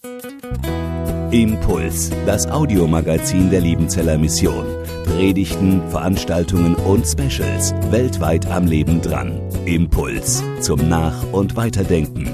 Impuls, das Audiomagazin der Liebenzeller Mission. Predigten, Veranstaltungen und Specials weltweit am Leben dran. Impuls zum Nach- und Weiterdenken.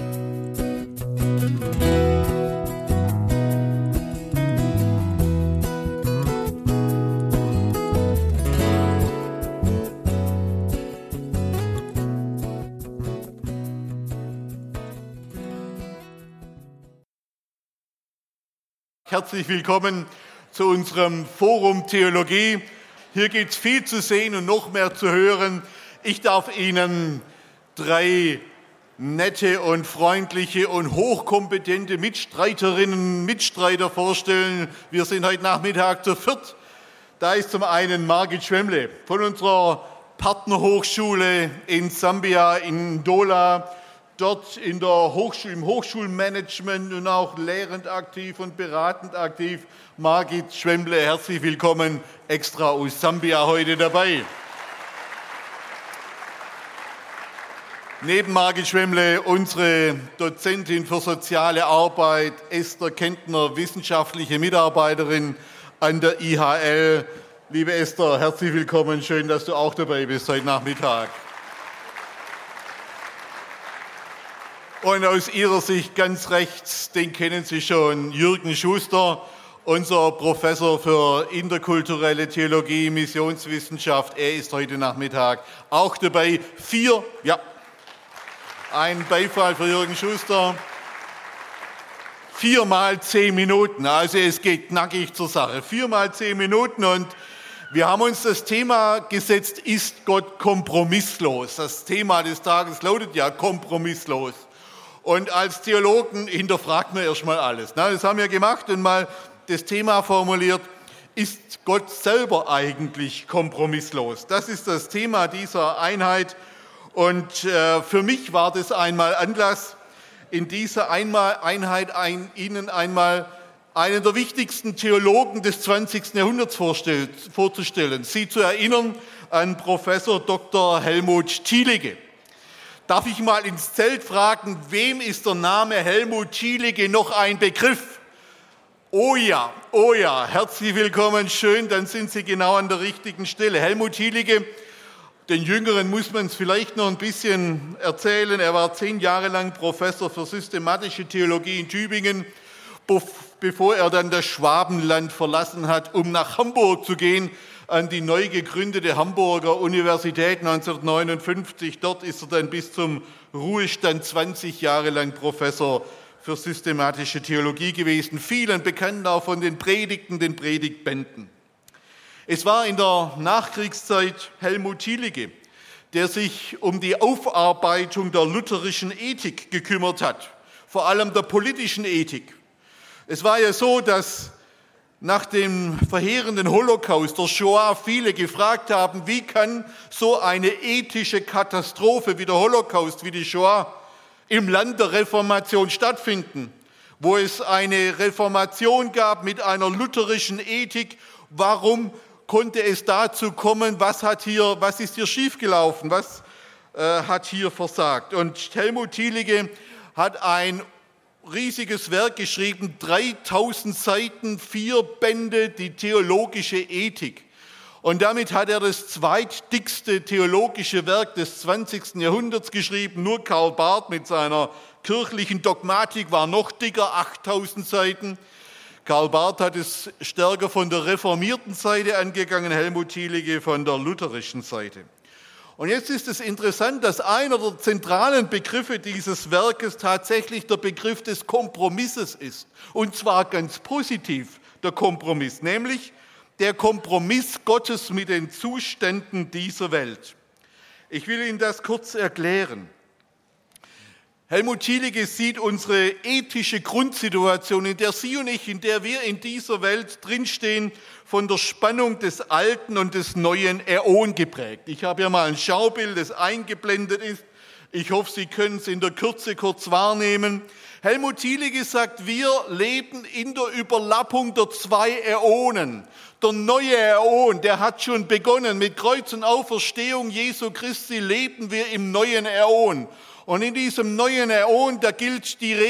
Herzlich willkommen zu unserem Forum Theologie. Hier gibt es viel zu sehen und noch mehr zu hören. Ich darf Ihnen 3 nette und freundliche und hochkompetente Mitstreiterinnen und Mitstreiter vorstellen. Wir sind heute Nachmittag zu viert. Da ist zum einen Margit Schwemmle von unserer Partnerhochschule in Sambia, in Ndola. Dort im Hochschulmanagement und auch lehrend aktiv und beratend aktiv. Margit Schwemmle, herzlich willkommen, extra aus Sambia heute dabei. Neben Margit Schwemmle unsere Dozentin für soziale Arbeit, Esther Kentner, wissenschaftliche Mitarbeiterin an der IHL. Liebe Esther, herzlich willkommen, schön, dass du auch dabei bist heute Nachmittag. Und aus Ihrer Sicht ganz rechts, den kennen Sie schon, Jürgen Schuster, unser Professor für interkulturelle Theologie, Missionswissenschaft. Er ist heute Nachmittag auch dabei. 4, ein Beifall für Jürgen Schuster. 4 mal 10 Minuten, also es geht knackig zur Sache. 4 mal 10 Minuten und wir haben uns das Thema gesetzt, ist Gott kompromisslos? Das Thema des Tages lautet ja kompromisslos. Und als Theologen hinterfragt man erstmal alles. Das haben wir gemacht und mal das Thema formuliert, ist Gott selber eigentlich kompromisslos? Das ist das Thema dieser Einheit. Und für mich war das einmal Anlass, in dieser Einheit Ihnen einmal einen der wichtigsten Theologen des 20. Jahrhunderts vorzustellen. Sie zu erinnern an Professor Dr. Helmut Thielicke. Darf ich mal ins Zelt fragen, wem ist der Name Helmut Thielicke noch ein Begriff? Oh ja, herzlich willkommen, schön, dann sind Sie genau an der richtigen Stelle. Helmut Thielicke, den Jüngeren muss man es vielleicht noch ein bisschen erzählen. Er war 10 Jahre lang Professor für systematische Theologie in Tübingen, bevor er dann das Schwabenland verlassen hat, um nach Hamburg zu gehen, an die neu gegründete Hamburger Universität 1959. Dort ist er dann bis zum Ruhestand 20 Jahre lang Professor für systematische Theologie gewesen. Vielen bekannt auch von den Predigten, den Predigtbänden. Es war in der Nachkriegszeit Helmut Thielicke, der sich um die Aufarbeitung der lutherischen Ethik gekümmert hat, vor allem der politischen Ethik. Es war ja so, dass nach dem verheerenden Holocaust, der Shoah, viele gefragt haben, wie kann so eine ethische Katastrophe wie der Holocaust, wie die Shoah im Land der Reformation stattfinden, wo es eine Reformation gab mit einer lutherischen Ethik. Warum konnte es dazu kommen? Was ist hier schiefgelaufen? Was hat hier versagt? Und Helmut Thielicke hat ein riesiges Werk geschrieben, 3000 Seiten, 4 Bände, die theologische Ethik. Und damit hat er das zweitdickste theologische Werk des 20. Jahrhunderts geschrieben. Nur Karl Barth mit seiner kirchlichen Dogmatik war noch dicker, 8000 Seiten. Karl Barth hat es stärker von der reformierten Seite angegangen, Helmut Thielicke von der lutherischen Seite. Und jetzt ist es interessant, dass einer der zentralen Begriffe dieses Werkes tatsächlich der Begriff des Kompromisses ist. Und zwar ganz positiv, der Kompromiss, nämlich der Kompromiss Gottes mit den Zuständen dieser Welt. Ich will Ihnen das kurz erklären. Helmut Thielicke sieht unsere ethische Grundsituation, in der Sie und ich, in der wir in dieser Welt drinstehen, von der Spannung des alten und des neuen Äon geprägt. Ich habe hier mal ein Schaubild, das eingeblendet ist. Ich hoffe, Sie können es in der Kürze kurz wahrnehmen. Helmut Thielicke sagt, wir leben in der Überlappung der 2 Äonen. Der neue Äon, der hat schon begonnen. Mit Kreuz und Auferstehung Jesu Christi leben wir im neuen Äon. Und in diesem neuen Äon, da gilt die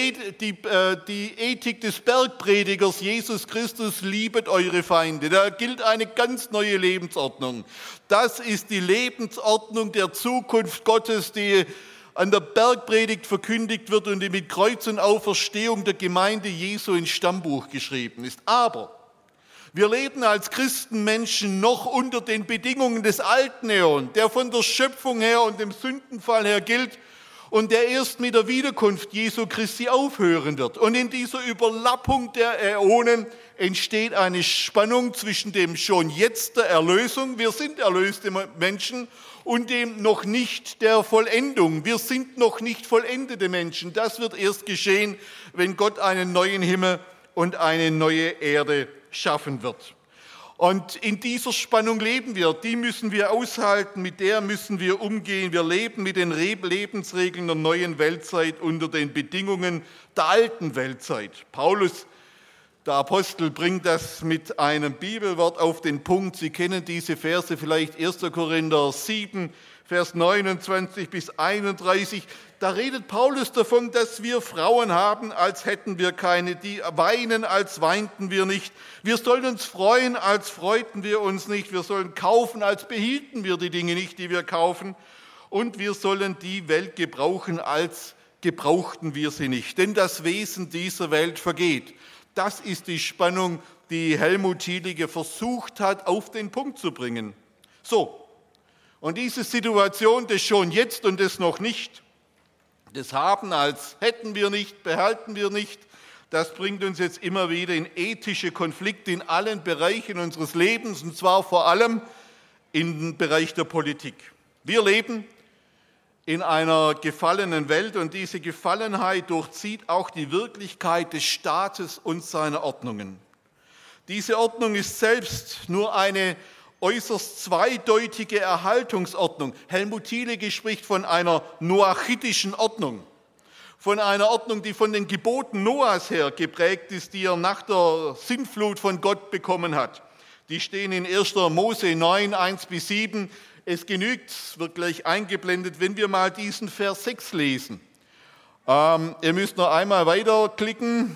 Ethik des Bergpredigers, Jesus Christus, liebet eure Feinde. Da gilt eine ganz neue Lebensordnung. Das ist die Lebensordnung der Zukunft Gottes, die an der Bergpredigt verkündigt wird und die mit Kreuz und Auferstehung der Gemeinde Jesu ins Stammbuch geschrieben ist. Aber wir leben als Christenmenschen noch unter den Bedingungen des alten Äon, der von der Schöpfung her und dem Sündenfall her gilt und der erst mit der Wiederkunft Jesu Christi aufhören wird. Und in dieser Überlappung der Äonen entsteht eine Spannung zwischen dem schon jetzt der Erlösung, wir sind erlöste Menschen, und dem noch nicht der Vollendung. Wir sind noch nicht vollendete Menschen. Das wird erst geschehen, wenn Gott einen neuen Himmel und eine neue Erde schaffen wird. Und in dieser Spannung leben wir, die müssen wir aushalten, mit der müssen wir umgehen. Wir leben mit den Lebensregeln der neuen Weltzeit unter den Bedingungen der alten Weltzeit. Paulus, der Apostel, bringt das mit einem Bibelwort auf den Punkt. Sie kennen diese Verse vielleicht, 1. Korinther 7, Vers 29 bis 31. Da redet Paulus davon, dass wir Frauen haben, als hätten wir keine, die weinen, als weinten wir nicht. Wir sollen uns freuen, als freuten wir uns nicht. Wir sollen kaufen, als behielten wir die Dinge nicht, die wir kaufen. Und wir sollen die Welt gebrauchen, als gebrauchten wir sie nicht. Denn das Wesen dieser Welt vergeht. Das ist die Spannung, die Helmut Thielige versucht hat, auf den Punkt zu bringen. So, und diese Situation des schon jetzt und des noch nicht, das Haben als hätten wir nicht, behalten wir nicht, das bringt uns jetzt immer wieder in ethische Konflikte in allen Bereichen unseres Lebens, und zwar vor allem im Bereich der Politik. Wir leben in einer gefallenen Welt und diese Gefallenheit durchzieht auch die Wirklichkeit des Staates und seiner Ordnungen. Diese Ordnung ist selbst nur eine äußerst zweideutige Erhaltungsordnung. Helmut Thielige spricht von einer noachitischen Ordnung, von einer Ordnung, die von den Geboten Noahs her geprägt ist, die er nach der Sintflut von Gott bekommen hat. Die stehen in 1. Mose 9, 1-7. Es genügt, es wird gleich eingeblendet, wenn wir mal diesen Vers 6 lesen. Ihr müsst noch einmal weiterklicken.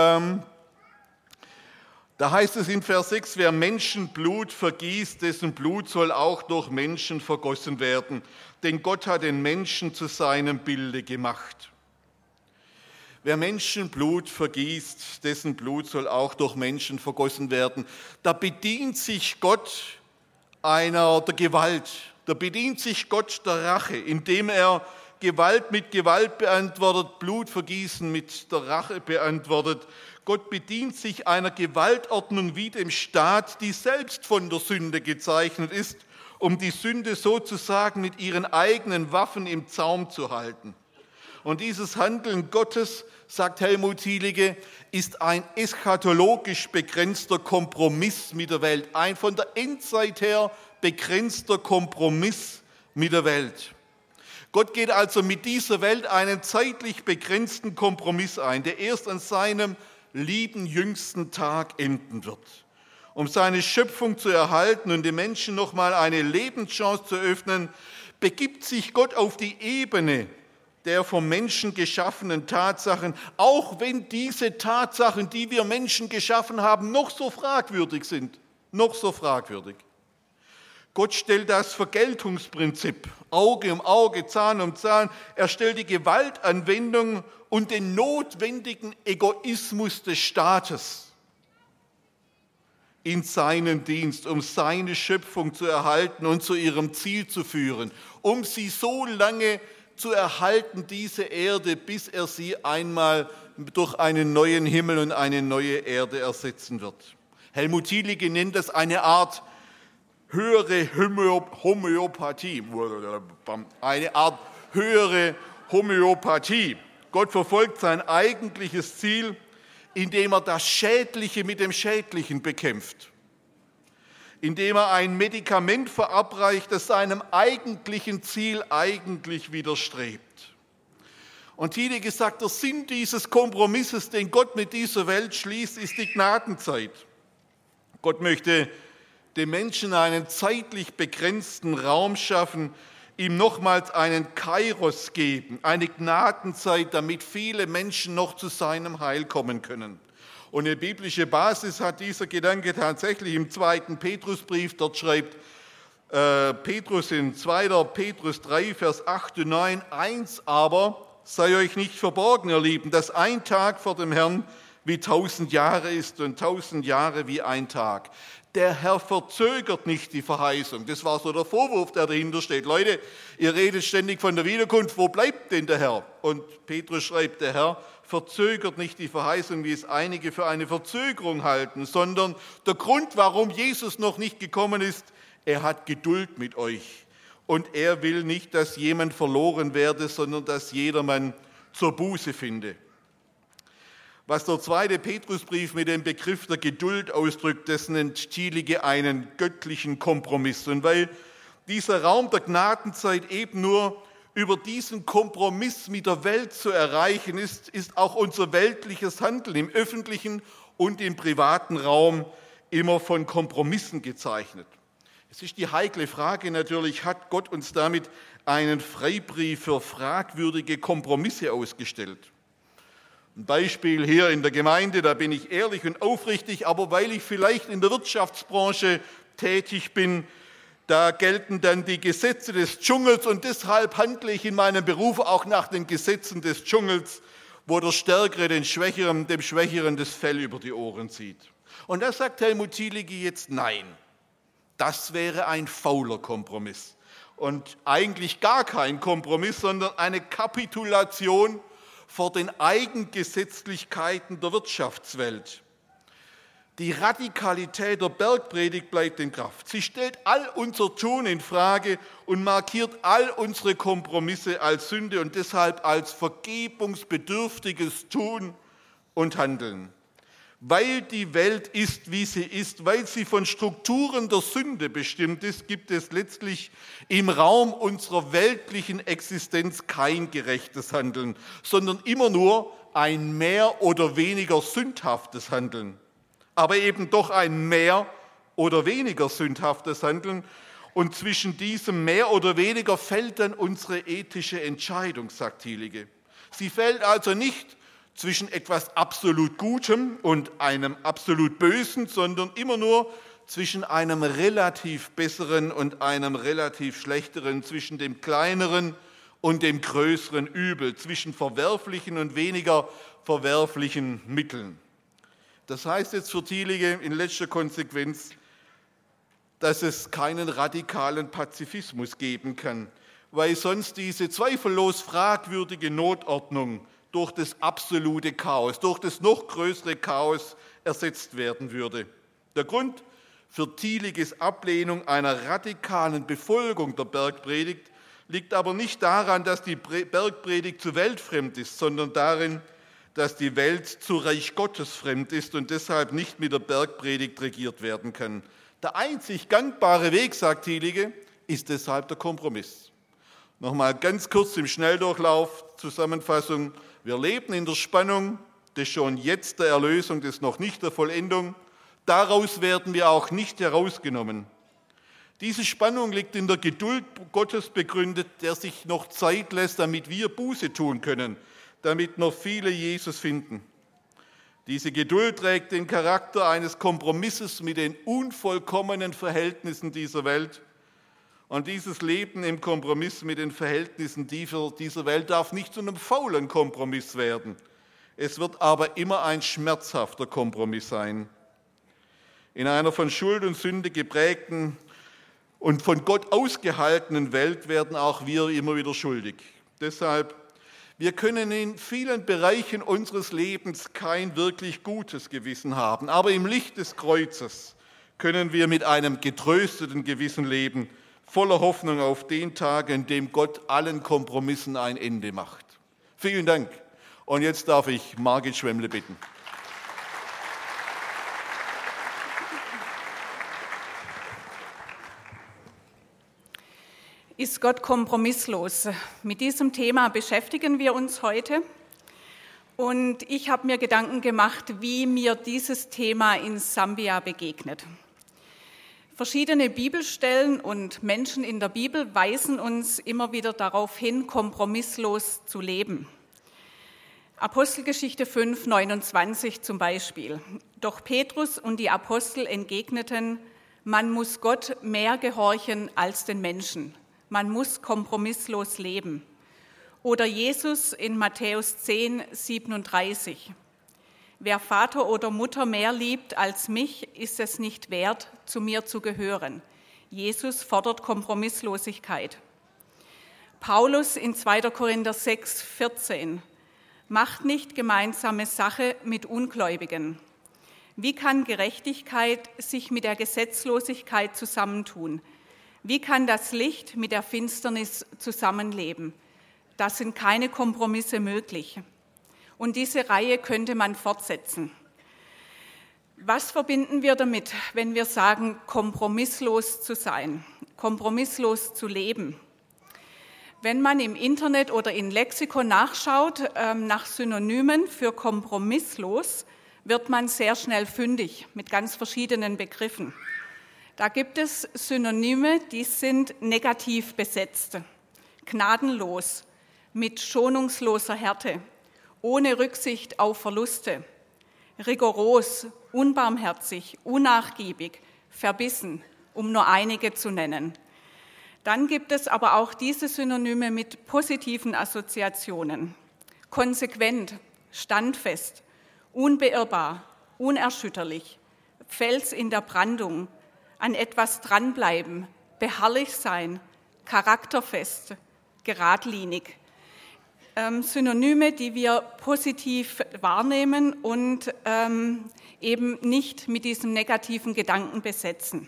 Da heißt es in Vers 6, wer Menschenblut vergießt, dessen Blut soll auch durch Menschen vergossen werden. Denn Gott hat den Menschen zu seinem Bilde gemacht. Wer Menschenblut vergießt, dessen Blut soll auch durch Menschen vergossen werden. Da bedient sich Gott der Gewalt. Da bedient sich Gott der Rache, indem er Gewalt mit Gewalt beantwortet, Blutvergießen mit der Rache beantwortet. Gott bedient sich einer Gewaltordnung wie dem Staat, die selbst von der Sünde gezeichnet ist, um die Sünde sozusagen mit ihren eigenen Waffen im Zaum zu halten. Und dieses Handeln Gottes, sagt Helmut Thielige, ist ein eschatologisch begrenzter Kompromiss mit der Welt, ein von der Endzeit her begrenzter Kompromiss mit der Welt. Gott geht also mit dieser Welt einen zeitlich begrenzten Kompromiss ein, der erst an seinem lieben jüngsten Tag enden wird. Um seine Schöpfung zu erhalten und den Menschen nochmal eine Lebenschance zu öffnen, begibt sich Gott auf die Ebene der vom Menschen geschaffenen Tatsachen, auch wenn diese Tatsachen, die wir Menschen geschaffen haben, noch so fragwürdig sind, noch so fragwürdig. Gott stellt das Vergeltungsprinzip, Auge um Auge, Zahn um Zahn. Er stellt die Gewaltanwendung und den notwendigen Egoismus des Staates in seinen Dienst, um seine Schöpfung zu erhalten und zu ihrem Ziel zu führen, um sie so lange zu erhalten, diese Erde, bis er sie einmal durch einen neuen Himmel und eine neue Erde ersetzen wird. Helmut Thielige nennt das eine Art höhere Homöopathie. Eine Art höhere Homöopathie. Gott verfolgt sein eigentliches Ziel, indem er das Schädliche mit dem Schädlichen bekämpft. Indem er ein Medikament verabreicht, das seinem eigentlichen Ziel eigentlich widerstrebt. Und Thielige sagt, der Sinn dieses Kompromisses, den Gott mit dieser Welt schließt, ist die Gnadenzeit. Gott möchte dem Menschen einen zeitlich begrenzten Raum schaffen, ihm nochmals einen Kairos geben, eine Gnadenzeit, damit viele Menschen noch zu seinem Heil kommen können. Und eine biblische Basis hat dieser Gedanke tatsächlich im 2. Petrusbrief. Dort schreibt Petrus in 2. Petrus 3, Vers 8 und 9, 1 aber sei euch nicht verborgen, ihr Lieben, dass ein Tag vor dem Herrn wie 1000 Jahre ist und 1000 Jahre wie ein Tag. Der Herr verzögert nicht die Verheißung. Das war so der Vorwurf, der dahinter steht. Leute, ihr redet ständig von der Wiederkunft, wo bleibt denn der Herr? Und Petrus schreibt, der Herr verzögert nicht die Verheißung, wie es einige für eine Verzögerung halten, sondern der Grund, warum Jesus noch nicht gekommen ist, er hat Geduld mit euch. Und er will nicht, dass jemand verloren werde, sondern dass jedermann zur Buße finde. Was der 2. Petrusbrief mit dem Begriff der Geduld ausdrückt, das nennt Thielige einen göttlichen Kompromiss. Und weil dieser Raum der Gnadenzeit eben nur über diesen Kompromiss mit der Welt zu erreichen ist, ist auch unser weltliches Handeln im öffentlichen und im privaten Raum immer von Kompromissen gezeichnet. Es ist die heikle Frage natürlich, hat Gott uns damit einen Freibrief für fragwürdige Kompromisse ausgestellt? Ein Beispiel hier in der Gemeinde, da bin ich ehrlich und aufrichtig, aber weil ich vielleicht in der Wirtschaftsbranche tätig bin, da gelten dann die Gesetze des Dschungels und deshalb handle ich in meinem Beruf auch nach den Gesetzen des Dschungels, wo der Stärkere dem Schwächeren das Fell über die Ohren zieht. Und da sagt Helmut Thielige jetzt nein. Das wäre ein fauler Kompromiss und eigentlich gar kein Kompromiss, sondern eine Kapitulation vor den Eigengesetzlichkeiten der Wirtschaftswelt. Die Radikalität der Bergpredigt bleibt in Kraft. Sie stellt all unser Tun in Frage und markiert all unsere Kompromisse als Sünde und deshalb als vergebungsbedürftiges Tun und Handeln. Weil die Welt ist, wie sie ist, weil sie von Strukturen der Sünde bestimmt ist, gibt es letztlich im Raum unserer weltlichen Existenz kein gerechtes Handeln, sondern immer nur ein mehr oder weniger sündhaftes Handeln. Aber eben doch ein mehr oder weniger sündhaftes Handeln. Und zwischen diesem mehr oder weniger fällt dann unsere ethische Entscheidung, sagt Thielige. Sie fällt also nicht zwischen etwas absolut Gutem und einem absolut Bösen, sondern immer nur zwischen einem relativ Besseren und einem relativ Schlechteren, zwischen dem kleineren und dem größeren Übel, zwischen verwerflichen und weniger verwerflichen Mitteln. Das heißt jetzt für Thielige in letzter Konsequenz, dass es keinen radikalen Pazifismus geben kann, weil sonst diese zweifellos fragwürdige Notordnung durch das absolute Chaos, durch das noch größere Chaos ersetzt werden würde. Der Grund für Thieliges Ablehnung einer radikalen Befolgung der Bergpredigt liegt aber nicht daran, dass die Bergpredigt zu weltfremd ist, sondern darin, dass die Welt zu Reich Gottes fremd ist und deshalb nicht mit der Bergpredigt regiert werden kann. Der einzig gangbare Weg, sagt Thielige, ist deshalb der Kompromiss. Nochmal ganz kurz im Schnelldurchlauf, Zusammenfassung. Wir leben in der Spannung des schon jetzt der Erlösung, des noch nicht der Vollendung. Daraus werden wir auch nicht herausgenommen. Diese Spannung liegt in der Geduld Gottes begründet, der sich noch Zeit lässt, damit wir Buße tun können, damit noch viele Jesus finden. Diese Geduld trägt den Charakter eines Kompromisses mit den unvollkommenen Verhältnissen dieser Welt. Und dieses Leben im Kompromiss mit den Verhältnissen dieser Welt darf nicht zu einem faulen Kompromiss werden. Es wird aber immer ein schmerzhafter Kompromiss sein. In einer von Schuld und Sünde geprägten und von Gott ausgehaltenen Welt werden auch wir immer wieder schuldig. Deshalb, wir können in vielen Bereichen unseres Lebens kein wirklich gutes Gewissen haben. Aber im Licht des Kreuzes können wir mit einem getrösteten Gewissen leben, voller Hoffnung auf den Tag, in dem Gott allen Kompromissen ein Ende macht. Vielen Dank. Und jetzt darf ich Margit Schwemmle bitten. Ist Gott kompromisslos? Mit diesem Thema beschäftigen wir uns heute. Und ich habe mir Gedanken gemacht, wie mir dieses Thema in Sambia begegnet. Verschiedene Bibelstellen und Menschen in der Bibel weisen uns immer wieder darauf hin, kompromisslos zu leben. Apostelgeschichte 5,29 zum Beispiel. Doch Petrus und die Apostel entgegneten: Man muss Gott mehr gehorchen als den Menschen. Man muss kompromisslos leben. Oder Jesus in Matthäus 10,37. Wer Vater oder Mutter mehr liebt als mich, ist es nicht wert, zu mir zu gehören. Jesus fordert Kompromisslosigkeit. Paulus in 2. Korinther 6,14. Macht nicht gemeinsame Sache mit Ungläubigen. Wie kann Gerechtigkeit sich mit der Gesetzlosigkeit zusammentun? Wie kann das Licht mit der Finsternis zusammenleben? Da sind keine Kompromisse möglich. Und diese Reihe könnte man fortsetzen. Was verbinden wir damit, wenn wir sagen, kompromisslos zu sein, kompromisslos zu leben? Wenn man im Internet oder in Lexikon nachschaut, nach Synonymen für kompromisslos, wird man sehr schnell fündig mit ganz verschiedenen Begriffen. Da gibt es Synonyme, die sind negativ besetzt, gnadenlos, mit schonungsloser Härte, ohne Rücksicht auf Verluste, rigoros, unbarmherzig, unnachgiebig, verbissen, um nur einige zu nennen. Dann gibt es aber auch diese Synonyme mit positiven Assoziationen. Konsequent, standfest, unbeirrbar, unerschütterlich, Fels in der Brandung, an etwas dranbleiben, beharrlich sein, charakterfest, geradlinig. Synonyme, die wir positiv wahrnehmen und eben nicht mit diesem negativen Gedanken besetzen.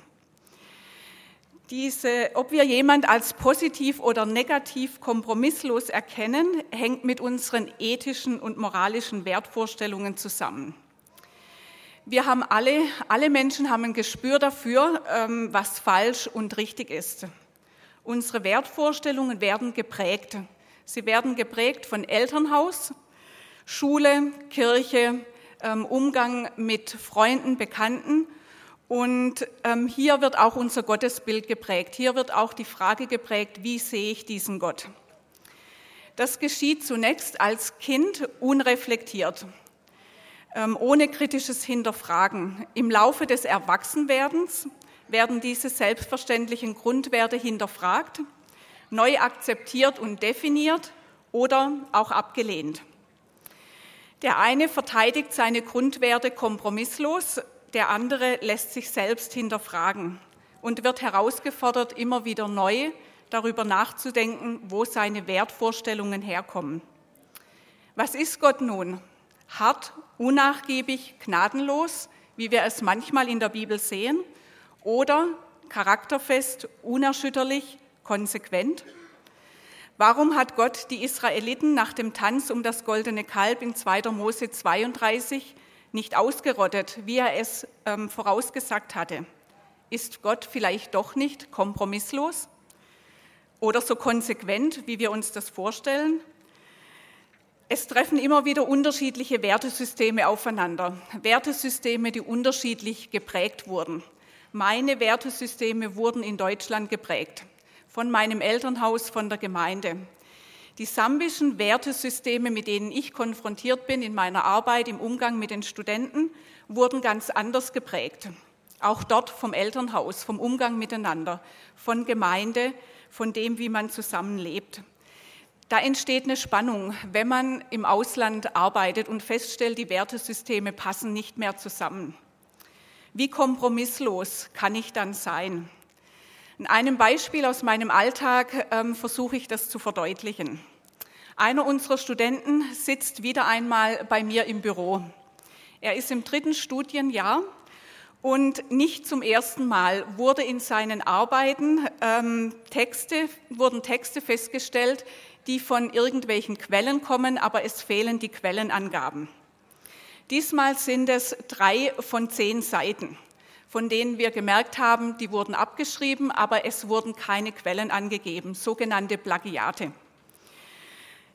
Ob wir jemand als positiv oder negativ kompromisslos erkennen, hängt mit unseren ethischen und moralischen Wertvorstellungen zusammen. Wir haben alle Menschen haben ein Gespür dafür, was falsch und richtig ist. Unsere Wertvorstellungen werden geprägt. Sie werden geprägt von Elternhaus, Schule, Kirche, Umgang mit Freunden, Bekannten. Und hier wird auch unser Gottesbild geprägt. Hier wird auch die Frage geprägt, wie sehe ich diesen Gott? Das geschieht zunächst als Kind unreflektiert, ohne kritisches Hinterfragen. Im Laufe des Erwachsenwerdens werden diese selbstverständlichen Grundwerte hinterfragt, neu akzeptiert und definiert oder auch abgelehnt. Der eine verteidigt seine Grundwerte kompromisslos, der andere lässt sich selbst hinterfragen und wird herausgefordert, immer wieder neu darüber nachzudenken, wo seine Wertvorstellungen herkommen. Was ist Gott nun? Hart, unnachgiebig, gnadenlos, wie wir es manchmal in der Bibel sehen, oder charakterfest, unerschütterlich, konsequent? Warum hat Gott die Israeliten nach dem Tanz um das goldene Kalb in 2. Mose 32 nicht ausgerottet, wie er es vorausgesagt hatte? Ist Gott vielleicht doch nicht kompromisslos oder so konsequent, wie wir uns das vorstellen? Es treffen immer wieder unterschiedliche Wertesysteme aufeinander, Wertesysteme, die unterschiedlich geprägt wurden. Meine Wertesysteme wurden in Deutschland geprägt, von meinem Elternhaus, von der Gemeinde. Die sambischen Wertesysteme, mit denen ich konfrontiert bin in meiner Arbeit, im Umgang mit den Studenten, wurden ganz anders geprägt. Auch dort vom Elternhaus, vom Umgang miteinander, von Gemeinde, von dem, wie man zusammenlebt. Da entsteht eine Spannung, wenn man im Ausland arbeitet und feststellt, die Wertesysteme passen nicht mehr zusammen. Wie kompromisslos kann ich dann sein? In einem Beispiel aus meinem Alltag versuche ich das zu verdeutlichen. Einer unserer Studenten sitzt wieder einmal bei mir im Büro. Er ist im 3. Studienjahr und nicht zum ersten Mal wurden in seinen Arbeiten Texte festgestellt, die von irgendwelchen Quellen kommen, aber es fehlen die Quellenangaben. Diesmal sind es 3 von 10 Seiten, von denen wir gemerkt haben, die wurden abgeschrieben, aber es wurden keine Quellen angegeben, sogenannte Plagiate.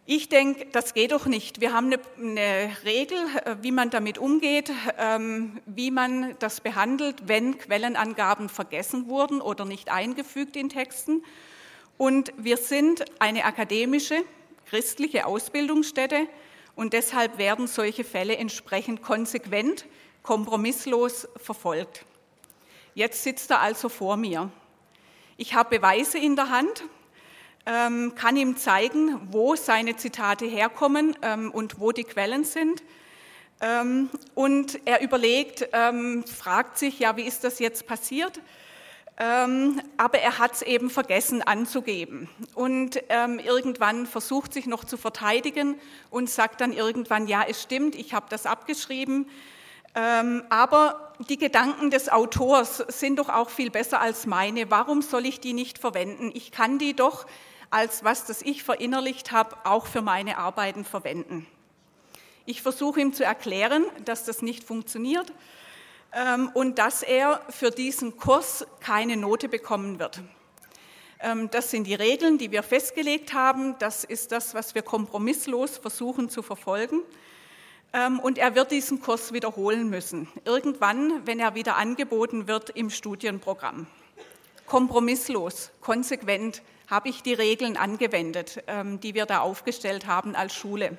Ich denke, das geht doch nicht. Wir haben eine Regel, wie man damit umgeht, wie man das behandelt, wenn Quellenangaben vergessen wurden oder nicht eingefügt in Texten. Und wir sind eine akademische, christliche Ausbildungsstätte und deshalb werden solche Fälle entsprechend konsequent, kompromisslos verfolgt. Jetzt sitzt er also vor mir. Ich habe Beweise in der Hand, kann ihm zeigen, wo seine Zitate herkommen und wo die Quellen sind. Und er überlegt, fragt sich, ja, wie ist das jetzt passiert? Aber er hat es eben vergessen anzugeben. Und irgendwann versucht sich noch zu verteidigen und sagt dann irgendwann, ja, es stimmt, ich habe das abgeschrieben. Aber die Gedanken des Autors sind doch auch viel besser als meine. Warum soll ich die nicht verwenden? Ich kann die doch als was, das ich verinnerlicht habe, auch für meine Arbeiten verwenden. Ich versuche ihm zu erklären, dass das nicht funktioniert und dass er für diesen Kurs keine Note bekommen wird. Das sind die Regeln, die wir festgelegt haben. Das ist das, was wir kompromisslos versuchen zu verfolgen. Und er wird diesen Kurs wiederholen müssen, irgendwann, wenn er wieder angeboten wird im Studienprogramm. Kompromisslos, konsequent habe ich die Regeln angewendet, die wir da aufgestellt haben als Schule.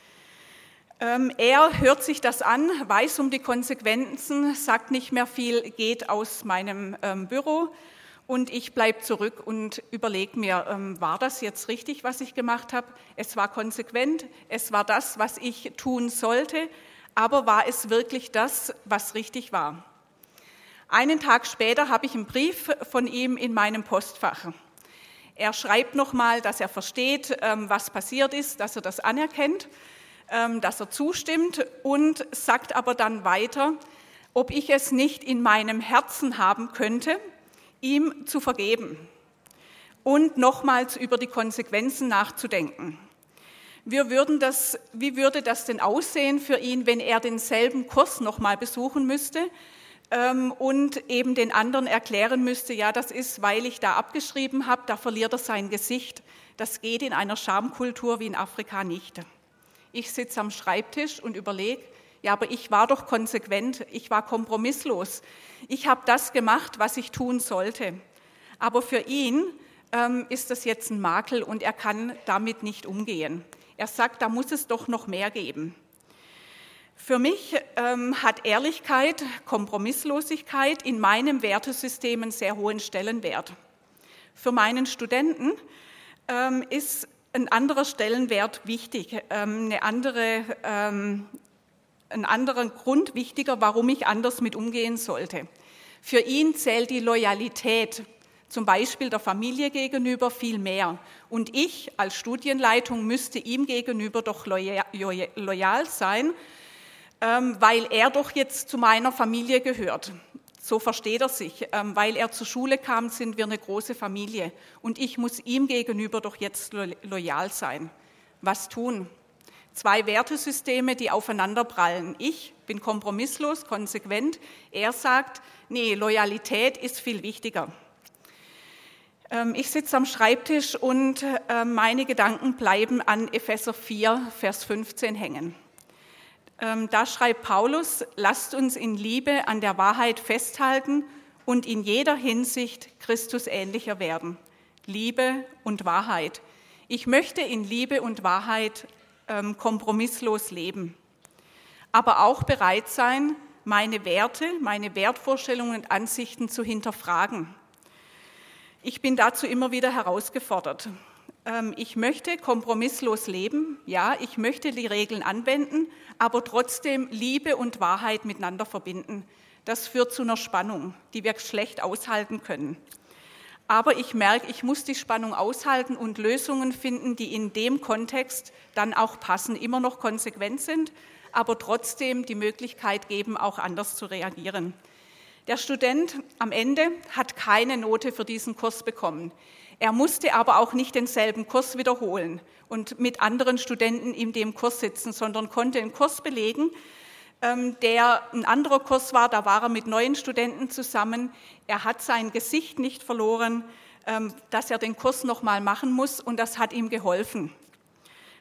Er hört sich das an, weiß um die Konsequenzen, sagt nicht mehr viel, geht aus meinem Büro und ich bleibe zurück und überlege mir, war das jetzt richtig, was ich gemacht habe? Es war konsequent, es war das, was ich tun sollte, aber war es wirklich das, was richtig war? Einen Tag später habe ich einen Brief von ihm in meinem Postfach. Er schreibt nochmal, dass er versteht, was passiert ist, dass er das anerkennt, dass er zustimmt und sagt aber dann weiter, ob ich es nicht in meinem Herzen haben könnte, ihm zu vergeben und nochmals über die Konsequenzen nachzudenken. Wie würde das denn aussehen für ihn, wenn er denselben Kurs nochmal besuchen müsste und eben den anderen erklären müsste, ja, das ist, weil ich da abgeschrieben habe, da verliert er sein Gesicht. Das geht in einer Schamkultur wie in Afrika nicht. Ich sitze am Schreibtisch und überlege, ja, aber ich war doch konsequent, ich war kompromisslos. Ich habe das gemacht, was ich tun sollte. Aber für ihn ist das jetzt ein Makel und er kann damit nicht umgehen. Er sagt, da muss es doch noch mehr geben. Für mich hat Ehrlichkeit, Kompromisslosigkeit in meinem Wertesystem einen sehr hohen Stellenwert. Für meinen Studenten ist ein anderer Stellenwert wichtig, ein anderer Grund wichtiger, warum ich anders mit umgehen sollte. Für ihn zählt die Loyalität, zum Beispiel der Familie gegenüber, viel mehr. Und ich als Studienleitung müsste ihm gegenüber doch loyal sein, weil er doch jetzt zu meiner Familie gehört. So versteht er sich. Weil er zur Schule kam, sind wir eine große Familie. Und ich muss ihm gegenüber doch jetzt loyal sein. Was tun? 2 Wertesysteme, die aufeinanderprallen. Ich bin kompromisslos, konsequent. Er sagt, nee, Loyalität ist viel wichtiger. Ich sitze am Schreibtisch und meine Gedanken bleiben an Epheser 4, Vers 15 hängen. Da schreibt Paulus, lasst uns in Liebe an der Wahrheit festhalten und in jeder Hinsicht Christus ähnlicher werden. Liebe und Wahrheit. Ich möchte in Liebe und Wahrheit kompromisslos leben, aber auch bereit sein, meine Werte, meine Wertvorstellungen und Ansichten zu hinterfragen. Ich bin dazu immer wieder herausgefordert. Ich möchte kompromisslos leben, ja, ich möchte die Regeln anwenden, aber trotzdem Liebe und Wahrheit miteinander verbinden. Das führt zu einer Spannung, die wir schlecht aushalten können. Aber ich merke, ich muss die Spannung aushalten und Lösungen finden, die in dem Kontext dann auch passen, immer noch konsequent sind, aber trotzdem die Möglichkeit geben, auch anders zu reagieren. Der Student am Ende hat keine Note für diesen Kurs bekommen. Er musste aber auch nicht denselben Kurs wiederholen und mit anderen Studenten in dem Kurs sitzen, sondern konnte einen Kurs belegen, der ein anderer Kurs war, da war er mit neuen Studenten zusammen. Er hat sein Gesicht nicht verloren, dass er den Kurs nochmal machen muss und das hat ihm geholfen.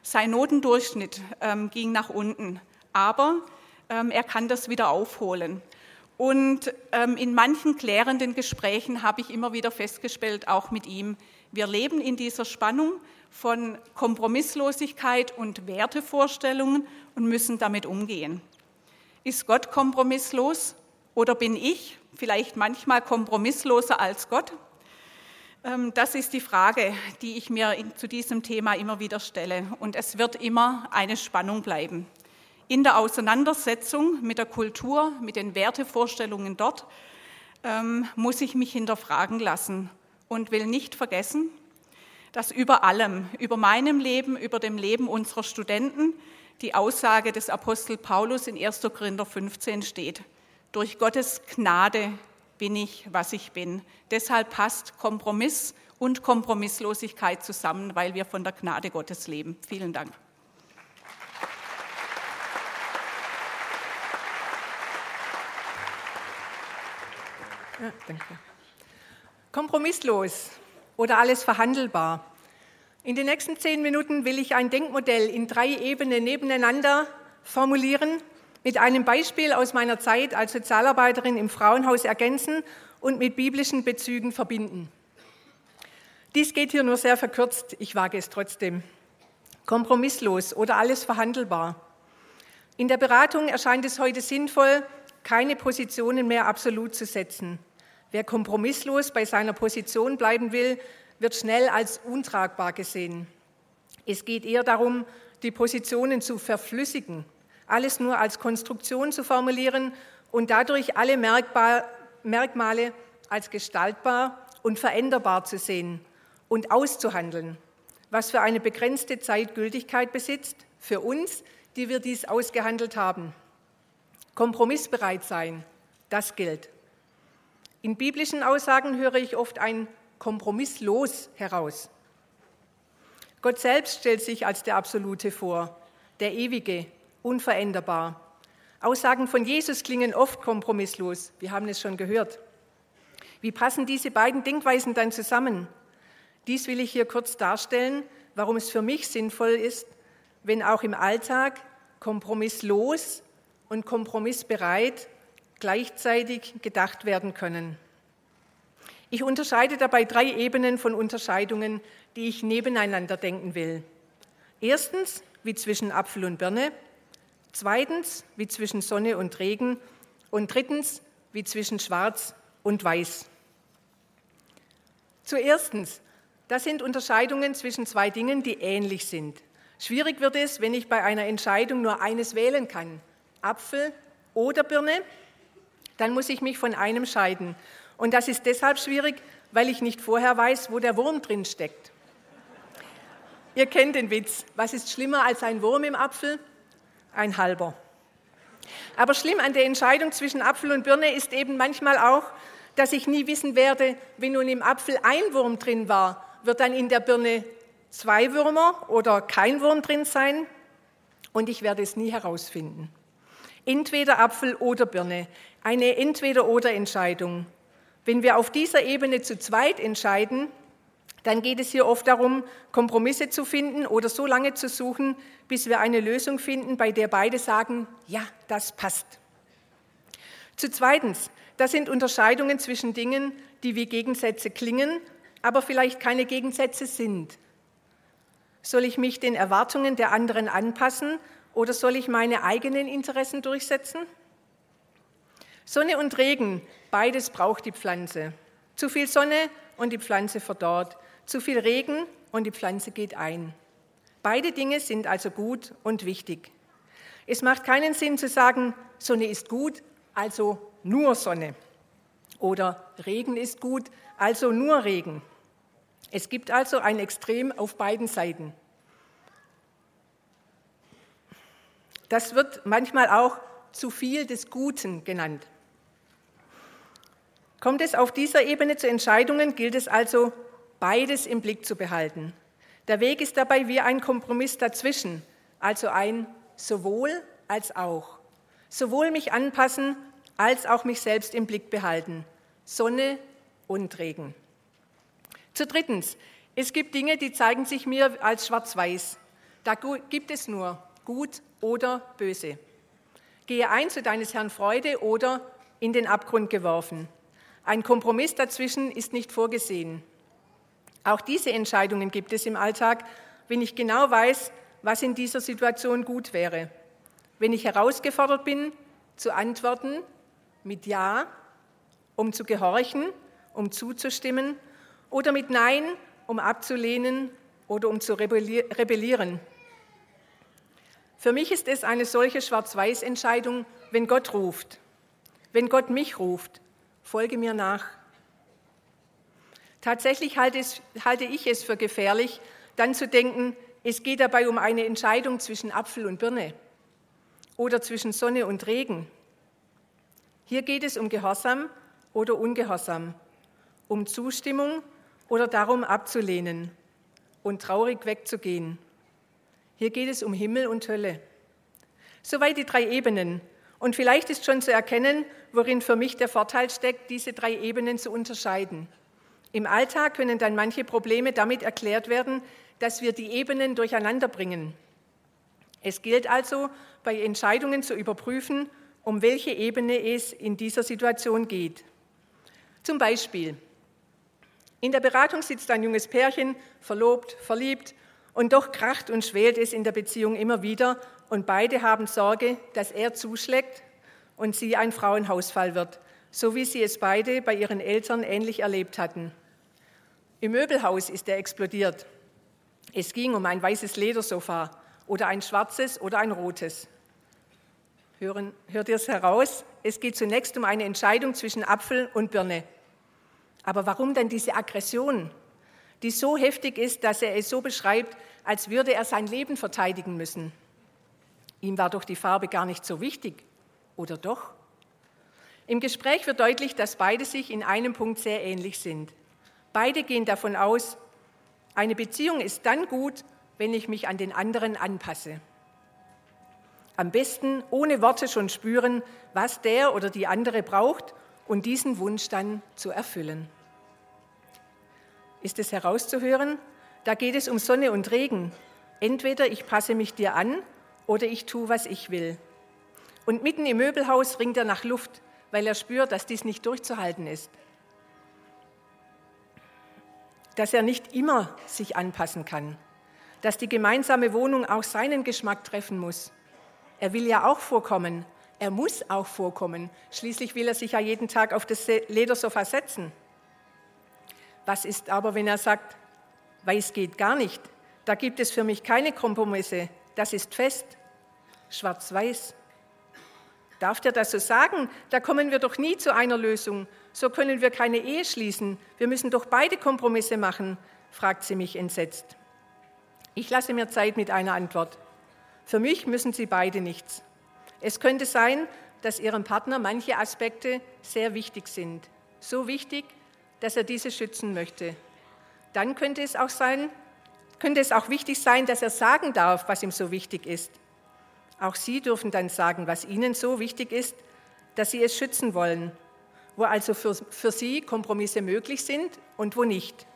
Sein Notendurchschnitt ging nach unten, aber er kann das wieder aufholen. Und in manchen klärenden Gesprächen habe ich immer wieder festgestellt, auch mit ihm, wir leben in dieser Spannung von Kompromisslosigkeit und Wertevorstellungen und müssen damit umgehen. Ist Gott kompromisslos oder bin ich vielleicht manchmal kompromissloser als Gott? Das ist die Frage, die ich mir zu diesem Thema immer wieder stelle. Und es wird immer eine Spannung bleiben. In der Auseinandersetzung mit der Kultur, mit den Wertevorstellungen dort, muss ich mich hinterfragen lassen und will nicht vergessen, dass über allem, über meinem Leben, über dem Leben unserer Studenten, die Aussage des Apostel Paulus in 1. Korinther 15 steht. Durch Gottes Gnade bin ich, was ich bin. Deshalb passt Kompromiss und Kompromisslosigkeit zusammen, weil wir von der Gnade Gottes leben. Vielen Dank. Ja, danke. Kompromisslos oder alles verhandelbar. In den nächsten 10 Minuten will ich ein Denkmodell in 3 Ebenen nebeneinander formulieren, mit einem Beispiel aus meiner Zeit als Sozialarbeiterin im Frauenhaus ergänzen und mit biblischen Bezügen verbinden. Dies geht hier nur sehr verkürzt, ich wage es trotzdem. Kompromisslos oder alles verhandelbar. In der Beratung erscheint es heute sinnvoll, keine Positionen mehr absolut zu setzen. Wer kompromisslos bei seiner Position bleiben will, wird schnell als untragbar gesehen. Es geht eher darum, die Positionen zu verflüssigen, alles nur als Konstruktion zu formulieren und dadurch alle Merkmale als gestaltbar und veränderbar zu sehen und auszuhandeln, was für eine begrenzte Zeit Gültigkeit besitzt, für uns, die wir dies ausgehandelt haben. Kompromissbereit sein, das gilt. In biblischen Aussagen höre ich oft ein kompromisslos heraus. Gott selbst stellt sich als der Absolute vor, der Ewige, unveränderbar. Aussagen von Jesus klingen oft kompromisslos, wir haben es schon gehört. Wie passen diese beiden Denkweisen dann zusammen? Dies will ich hier kurz darstellen, warum es für mich sinnvoll ist, wenn auch im Alltag kompromisslos und kompromissbereit gleichzeitig gedacht werden können. Ich unterscheide dabei 3 Ebenen von Unterscheidungen, die ich nebeneinander denken will. Erstens, wie zwischen Apfel und Birne. Zweitens, wie zwischen Sonne und Regen. Und drittens, wie zwischen Schwarz und Weiß. Zuerstens, das sind Unterscheidungen zwischen 2 Dingen, die ähnlich sind. Schwierig wird es, wenn ich bei einer Entscheidung nur eines wählen kann, Apfel oder Birne, dann muss ich mich von einem scheiden. Und das ist deshalb schwierig, weil ich nicht vorher weiß, wo der Wurm drin steckt. Ihr kennt den Witz. Was ist schlimmer als ein Wurm im Apfel? Ein halber. Aber schlimm an der Entscheidung zwischen Apfel und Birne ist eben manchmal auch, dass ich nie wissen werde, wenn nun im Apfel ein Wurm drin war, wird dann in der Birne 2 Würmer oder kein Wurm drin sein? Und ich werde es nie herausfinden. Entweder Apfel oder Birne, eine Entweder-oder-Entscheidung. Wenn wir auf dieser Ebene zu zweit entscheiden, dann geht es hier oft darum, Kompromisse zu finden oder so lange zu suchen, bis wir eine Lösung finden, bei der beide sagen, ja, das passt. Zu zweitens, das sind Unterscheidungen zwischen Dingen, die wie Gegensätze klingen, aber vielleicht keine Gegensätze sind. Soll ich mich den Erwartungen der anderen anpassen oder soll ich meine eigenen Interessen durchsetzen? Sonne und Regen, beides braucht die Pflanze. Zu viel Sonne und die Pflanze verdorrt. Zu viel Regen und die Pflanze geht ein. Beide Dinge sind also gut und wichtig. Es macht keinen Sinn zu sagen, Sonne ist gut, also nur Sonne. Oder Regen ist gut, also nur Regen. Es gibt also ein Extrem auf beiden Seiten. Das wird manchmal auch zu viel des Guten genannt. Kommt es auf dieser Ebene zu Entscheidungen, gilt es also, beides im Blick zu behalten. Der Weg ist dabei wie ein Kompromiss dazwischen, also ein sowohl als auch. Sowohl mich anpassen, als auch mich selbst im Blick behalten. Sonne und Regen. Zu drittens, es gibt Dinge, die zeigen sich mir als schwarz-weiß. Da gibt es nur gut oder böse. Gehe ein zu deines Herrn Freude oder in den Abgrund geworfen. Ein Kompromiss dazwischen ist nicht vorgesehen. Auch diese Entscheidungen gibt es im Alltag, wenn ich genau weiß, was in dieser Situation gut wäre. Wenn ich herausgefordert bin, zu antworten mit Ja, um zu gehorchen, um zuzustimmen, oder mit Nein, um abzulehnen oder um zu rebellieren. Für mich ist es eine solche Schwarz-Weiß-Entscheidung, wenn Gott ruft. Wenn Gott mich ruft, folge mir nach. Tatsächlich halte ich es für gefährlich, dann zu denken, es geht dabei um eine Entscheidung zwischen Apfel und Birne oder zwischen Sonne und Regen. Hier geht es um Gehorsam oder Ungehorsam, um Zustimmung oder darum abzulehnen und traurig wegzugehen. Hier geht es um Himmel und Hölle. Soweit die 3 Ebenen. Und vielleicht ist schon zu erkennen, worin für mich der Vorteil steckt, diese 3 Ebenen zu unterscheiden. Im Alltag können dann manche Probleme damit erklärt werden, dass wir die Ebenen durcheinander bringen. Es gilt also, bei Entscheidungen zu überprüfen, um welche Ebene es in dieser Situation geht. Zum Beispiel, in der Beratung sitzt ein junges Pärchen, verlobt, verliebt, und doch kracht und schwelt es in der Beziehung immer wieder und beide haben Sorge, dass er zuschlägt und sie ein Frauenhausfall wird, so wie sie es beide bei ihren Eltern ähnlich erlebt hatten. Im Möbelhaus ist er explodiert. Es ging um ein weißes Ledersofa oder ein schwarzes oder ein rotes. Hört ihr es heraus? Es geht zunächst um eine Entscheidung zwischen Apfel und Birne. Aber warum dann diese Aggression, die so heftig ist, dass er es so beschreibt, als würde er sein Leben verteidigen müssen? Ihm war doch die Farbe gar nicht so wichtig, oder doch? Im Gespräch wird deutlich, dass beide sich in einem Punkt sehr ähnlich sind. Beide gehen davon aus, eine Beziehung ist dann gut, wenn ich mich an den anderen anpasse. Am besten ohne Worte schon spüren, was der oder die andere braucht und diesen Wunsch dann zu erfüllen. Ist es herauszuhören? Da geht es um Sonne und Regen. Entweder ich passe mich dir an oder ich tue, was ich will. Und mitten im Möbelhaus ringt er nach Luft, weil er spürt, dass dies nicht durchzuhalten ist. Dass er nicht immer sich anpassen kann. Dass die gemeinsame Wohnung auch seinen Geschmack treffen muss. Er will ja auch vorkommen. Er muss auch vorkommen. Schließlich will er sich ja jeden Tag auf das Ledersofa setzen. Was ist aber, wenn er sagt, weiß geht gar nicht, da gibt es für mich keine Kompromisse, das ist fest, schwarz-weiß. Darf der das so sagen? Da kommen wir doch nie zu einer Lösung. So können wir keine Ehe schließen. Wir müssen doch beide Kompromisse machen, fragt sie mich entsetzt. Ich lasse mir Zeit mit einer Antwort. Für mich müssen sie beide nichts. Es könnte sein, dass ihrem Partner manche Aspekte sehr wichtig sind. So wichtig, dass er diese schützen möchte. Dann könnte es auch wichtig sein, dass er sagen darf, was ihm so wichtig ist. Auch Sie dürfen dann sagen, was Ihnen so wichtig ist, dass Sie es schützen wollen, wo also für Sie Kompromisse möglich sind und wo nicht.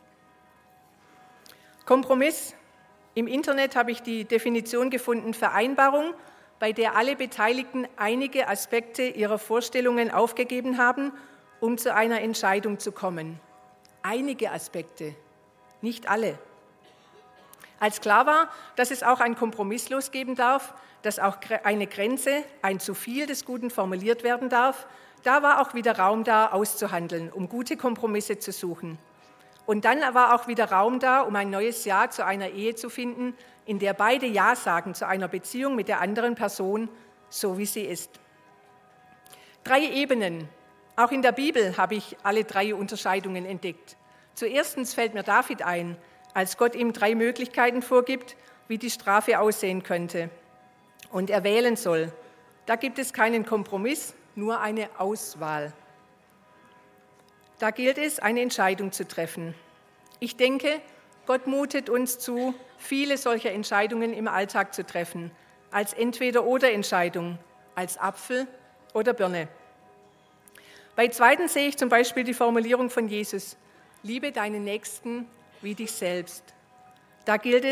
Kompromiss. Im Internet habe ich die Definition gefunden, Vereinbarung, bei der alle Beteiligten einige Aspekte ihrer Vorstellungen aufgegeben haben, um zu einer Entscheidung zu kommen. Einige Aspekte, nicht alle. Als klar war, dass es auch ein Kompromisslos geben darf, dass auch eine Grenze, ein zu viel des Guten formuliert werden darf, da war auch wieder Raum da, auszuhandeln, um gute Kompromisse zu suchen. Und dann war auch wieder Raum da, um ein neues Ja zu einer Ehe zu finden, in der beide Ja sagen zu einer Beziehung mit der anderen Person, so wie sie ist. 3 Ebenen. Auch in der Bibel habe ich alle 3 Unterscheidungen entdeckt. Zuerstens fällt mir David ein, als Gott ihm 3 Möglichkeiten vorgibt, wie die Strafe aussehen könnte. Und er wählen soll. Da gibt es keinen Kompromiss, nur eine Auswahl. Da gilt es, eine Entscheidung zu treffen. Ich denke, Gott mutet uns zu, viele solcher Entscheidungen im Alltag zu treffen, als Entweder-oder-Entscheidung, als Apfel oder Birne. Bei 2. sehe ich zum Beispiel die Formulierung von Jesus, liebe deinen Nächsten wie dich selbst. Da gilt es,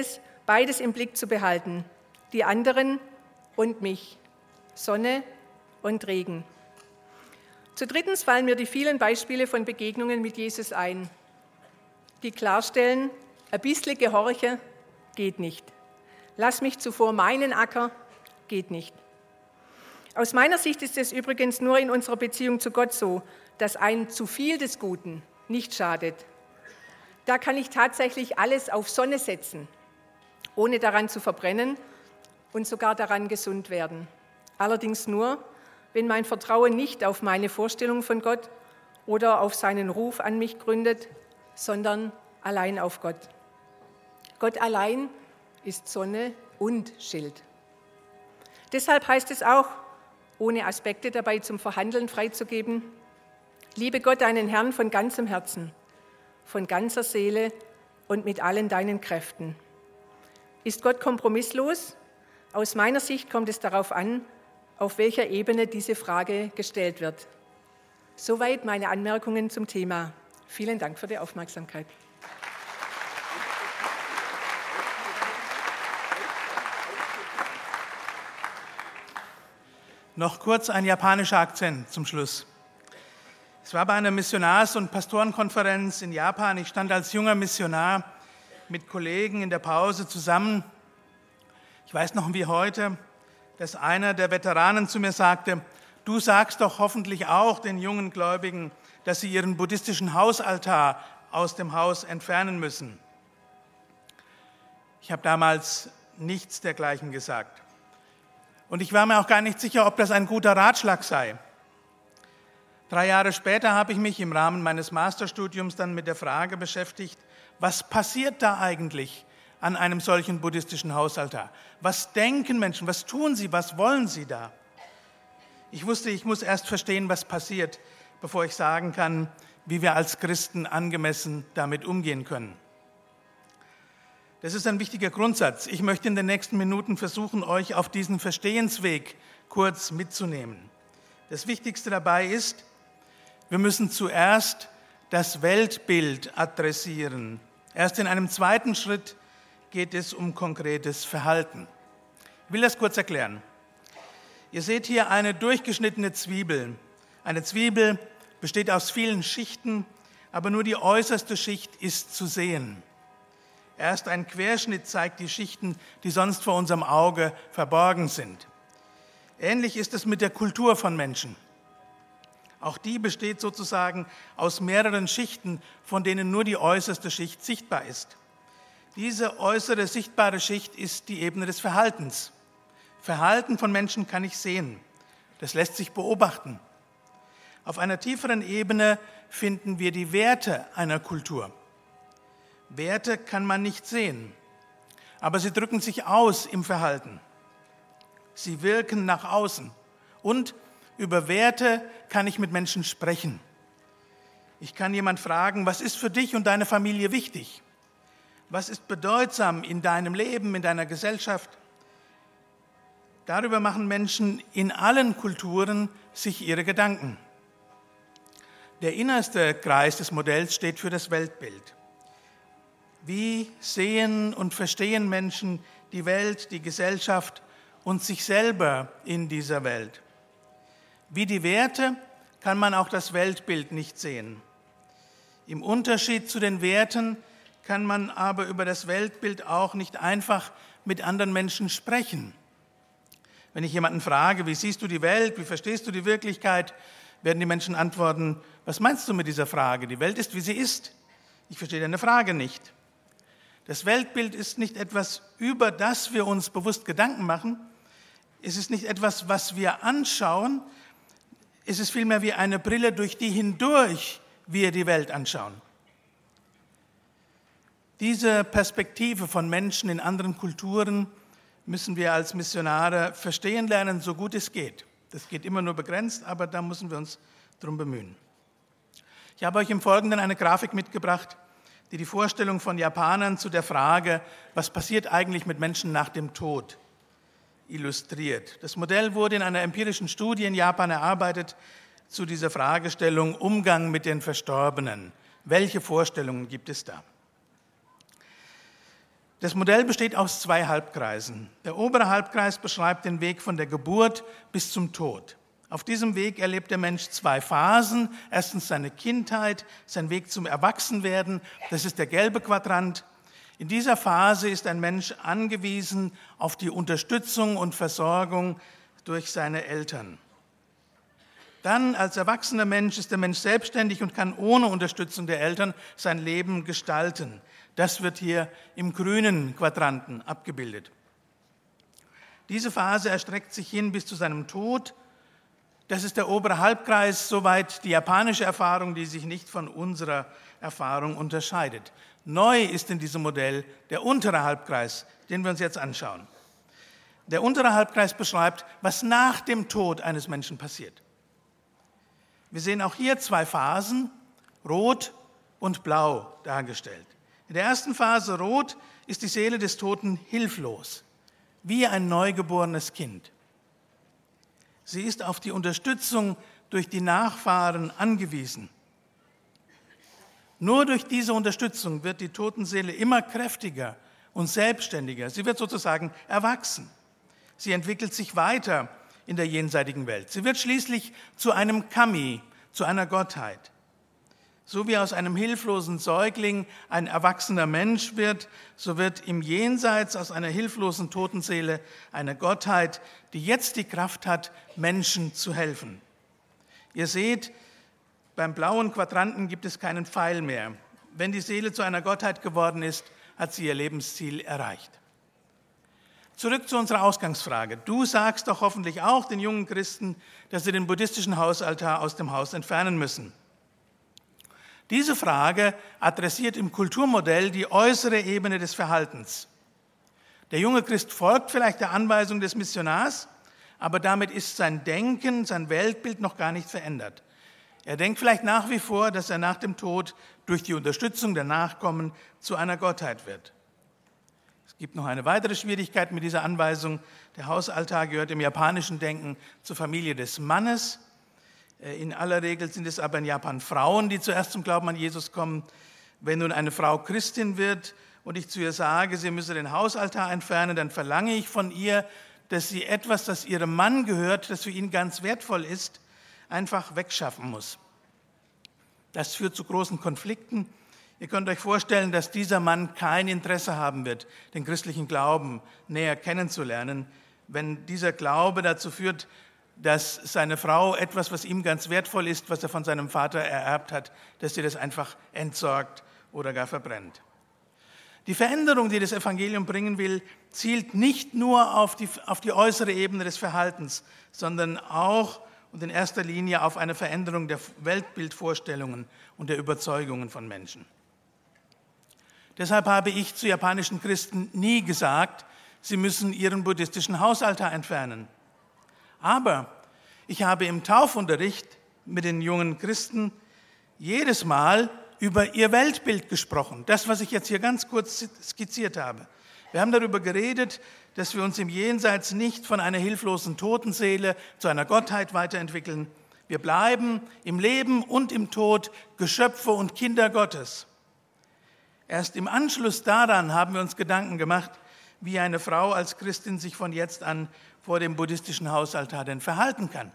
beides im Blick zu behalten, die anderen und mich, Sonne und Regen. Zu drittens fallen mir die vielen Beispiele von Begegnungen mit Jesus ein, die klarstellen, ein bisschen gehorche geht nicht. Lass mich zuvor meinen Acker, geht nicht. Aus meiner Sicht ist es übrigens nur in unserer Beziehung zu Gott so, dass ein zu viel des Guten nicht schadet. Da kann ich tatsächlich alles auf Sonne setzen, ohne daran zu verbrennen und sogar daran gesund werden. Allerdings nur, wenn mein Vertrauen nicht auf meine Vorstellung von Gott oder auf seinen Ruf an mich gründet, sondern allein auf Gott. Gott allein ist Sonne und Schild. Deshalb heißt es auch, ohne Aspekte dabei zum Verhandeln freizugeben, liebe Gott, deinen Herrn von ganzem Herzen, von ganzer Seele und mit allen deinen Kräften. Ist Gott kompromisslos? Aus meiner Sicht kommt es darauf an, auf welcher Ebene diese Frage gestellt wird. Soweit meine Anmerkungen zum Thema. Vielen Dank für die Aufmerksamkeit. Noch kurz ein japanischer Akzent zum Schluss. Es war bei einer Missionars- und Pastorenkonferenz in Japan. Ich stand als junger Missionar mit Kollegen in der Pause zusammen. Ich weiß noch wie heute, dass einer der Veteranen zu mir sagte, du sagst doch hoffentlich auch den jungen Gläubigen, dass sie ihren buddhistischen Hausaltar aus dem Haus entfernen müssen. Ich habe damals nichts dergleichen gesagt. Und ich war mir auch gar nicht sicher, ob das ein guter Ratschlag sei. 3 Jahre später habe ich mich im Rahmen meines Masterstudiums dann mit der Frage beschäftigt, was passiert da eigentlich an einem solchen buddhistischen Hausaltar? Was denken Menschen, was tun sie, was wollen sie da? Ich wusste, ich muss erst verstehen, was passiert, bevor ich sagen kann, wie wir als Christen angemessen damit umgehen können. Das ist ein wichtiger Grundsatz. Ich möchte in den nächsten Minuten versuchen, euch auf diesen Verstehensweg kurz mitzunehmen. Das Wichtigste dabei ist, wir müssen zuerst das Weltbild adressieren. Erst in einem zweiten Schritt geht es um konkretes Verhalten. Ich will das kurz erklären. Ihr seht hier eine durchgeschnittene Zwiebel. Eine Zwiebel besteht aus vielen Schichten, aber nur die äußerste Schicht ist zu sehen. Erst ein Querschnitt zeigt die Schichten, die sonst vor unserem Auge verborgen sind. Ähnlich ist es mit der Kultur von Menschen. Auch die besteht sozusagen aus mehreren Schichten, von denen nur die äußerste Schicht sichtbar ist. Diese äußere sichtbare Schicht ist die Ebene des Verhaltens. Verhalten von Menschen kann ich sehen. Das lässt sich beobachten. Auf einer tieferen Ebene finden wir die Werte einer Kultur. Werte kann man nicht sehen, aber sie drücken sich aus im Verhalten. Sie wirken nach außen. Und über Werte kann ich mit Menschen sprechen. Ich kann jemand fragen, was ist für dich und deine Familie wichtig? Was ist bedeutsam in deinem Leben, in deiner Gesellschaft? Darüber machen Menschen in allen Kulturen sich ihre Gedanken. Der innerste Kreis des Modells steht für das Weltbild. Wie sehen und verstehen Menschen die Welt, die Gesellschaft und sich selber in dieser Welt? Wie die Werte kann man auch das Weltbild nicht sehen. Im Unterschied zu den Werten kann man aber über das Weltbild auch nicht einfach mit anderen Menschen sprechen. Wenn ich jemanden frage, wie siehst du die Welt, wie verstehst du die Wirklichkeit, werden die Menschen antworten, was meinst du mit dieser Frage? Die Welt ist, wie sie ist. Ich verstehe deine Frage nicht. Das Weltbild ist nicht etwas, über das wir uns bewusst Gedanken machen. Es ist nicht etwas, was wir anschauen. Es ist vielmehr wie eine Brille, durch die hindurch wir die Welt anschauen. Diese Perspektive von Menschen in anderen Kulturen müssen wir als Missionare verstehen lernen, so gut es geht. Das geht immer nur begrenzt, aber da müssen wir uns darum bemühen. Ich habe euch im Folgenden eine Grafik mitgebracht, die die Vorstellung von Japanern zu der Frage, was passiert eigentlich mit Menschen nach dem Tod, illustriert. Das Modell wurde in einer empirischen Studie in Japan erarbeitet zu dieser Fragestellung Umgang mit den Verstorbenen. Welche Vorstellungen gibt es da? Das Modell besteht aus 2 Halbkreisen. Der obere Halbkreis beschreibt den Weg von der Geburt bis zum Tod. Auf diesem Weg erlebt der Mensch 2 Phasen. Erstens seine Kindheit, sein Weg zum Erwachsenwerden. Das ist der gelbe Quadrant. In dieser Phase ist ein Mensch angewiesen auf die Unterstützung und Versorgung durch seine Eltern. Dann als erwachsener Mensch ist der Mensch selbstständig und kann ohne Unterstützung der Eltern sein Leben gestalten. Das wird hier im grünen Quadranten abgebildet. Diese Phase erstreckt sich hin bis zu seinem Tod. Das ist der obere Halbkreis, soweit die japanische Erfahrung, die sich nicht von unserer Erfahrung unterscheidet. Neu ist in diesem Modell der untere Halbkreis, den wir uns jetzt anschauen. Der untere Halbkreis beschreibt, was nach dem Tod eines Menschen passiert. Wir sehen auch hier 2 Phasen, rot und blau dargestellt. In der ersten Phase, rot, ist die Seele des Toten hilflos, wie ein neugeborenes Kind. Sie ist auf die Unterstützung durch die Nachfahren angewiesen. Nur durch diese Unterstützung wird die Totenseele immer kräftiger und selbstständiger. Sie wird sozusagen erwachsen. Sie entwickelt sich weiter in der jenseitigen Welt. Sie wird schließlich zu einem Kami, zu einer Gottheit. So wie aus einem hilflosen Säugling ein erwachsener Mensch wird, so wird im Jenseits aus einer hilflosen Totenseele eine Gottheit, die jetzt die Kraft hat, Menschen zu helfen. Ihr seht, beim blauen Quadranten gibt es keinen Pfeil mehr. Wenn die Seele zu einer Gottheit geworden ist, hat sie ihr Lebensziel erreicht. Zurück zu unserer Ausgangsfrage. Du sagst doch hoffentlich auch den jungen Christen, dass sie den buddhistischen Hausaltar aus dem Haus entfernen müssen. Diese Frage adressiert im Kulturmodell die äußere Ebene des Verhaltens. Der junge Christ folgt vielleicht der Anweisung des Missionars, aber damit ist sein Denken, sein Weltbild noch gar nicht verändert. Er denkt vielleicht nach wie vor, dass er nach dem Tod durch die Unterstützung der Nachkommen zu einer Gottheit wird. Es gibt noch eine weitere Schwierigkeit mit dieser Anweisung. Der Hausaltar gehört im japanischen Denken zur Familie des Mannes. In aller Regel sind es aber in Japan Frauen, die zuerst zum Glauben an Jesus kommen. Wenn nun eine Frau Christin wird und ich zu ihr sage, sie müsse den Hausaltar entfernen, dann verlange ich von ihr, dass sie etwas, das ihrem Mann gehört, das für ihn ganz wertvoll ist, einfach wegschaffen muss. Das führt zu großen Konflikten. Ihr könnt euch vorstellen, dass dieser Mann kein Interesse haben wird, den christlichen Glauben näher kennenzulernen, wenn dieser Glaube dazu führt, dass seine Frau etwas, was ihm ganz wertvoll ist, was er von seinem Vater ererbt hat, dass sie das einfach entsorgt oder gar verbrennt. Die Veränderung, die das Evangelium bringen will, zielt nicht nur auf die äußere Ebene des Verhaltens, sondern auch und in erster Linie auf eine Veränderung der Weltbildvorstellungen und der Überzeugungen von Menschen. Deshalb habe ich zu japanischen Christen nie gesagt, sie müssen ihren buddhistischen Hausaltar entfernen. Aber ich habe im Taufunterricht mit den jungen Christen jedes Mal über ihr Weltbild gesprochen. Das, was ich jetzt hier ganz kurz skizziert habe. Wir haben darüber geredet, dass wir uns im Jenseits nicht von einer hilflosen Totenseele zu einer Gottheit weiterentwickeln. Wir bleiben im Leben und im Tod Geschöpfe und Kinder Gottes. Erst im Anschluss daran haben wir uns Gedanken gemacht, wie eine Frau als Christin sich von jetzt an vor dem buddhistischen Hausaltar denn verhalten kann.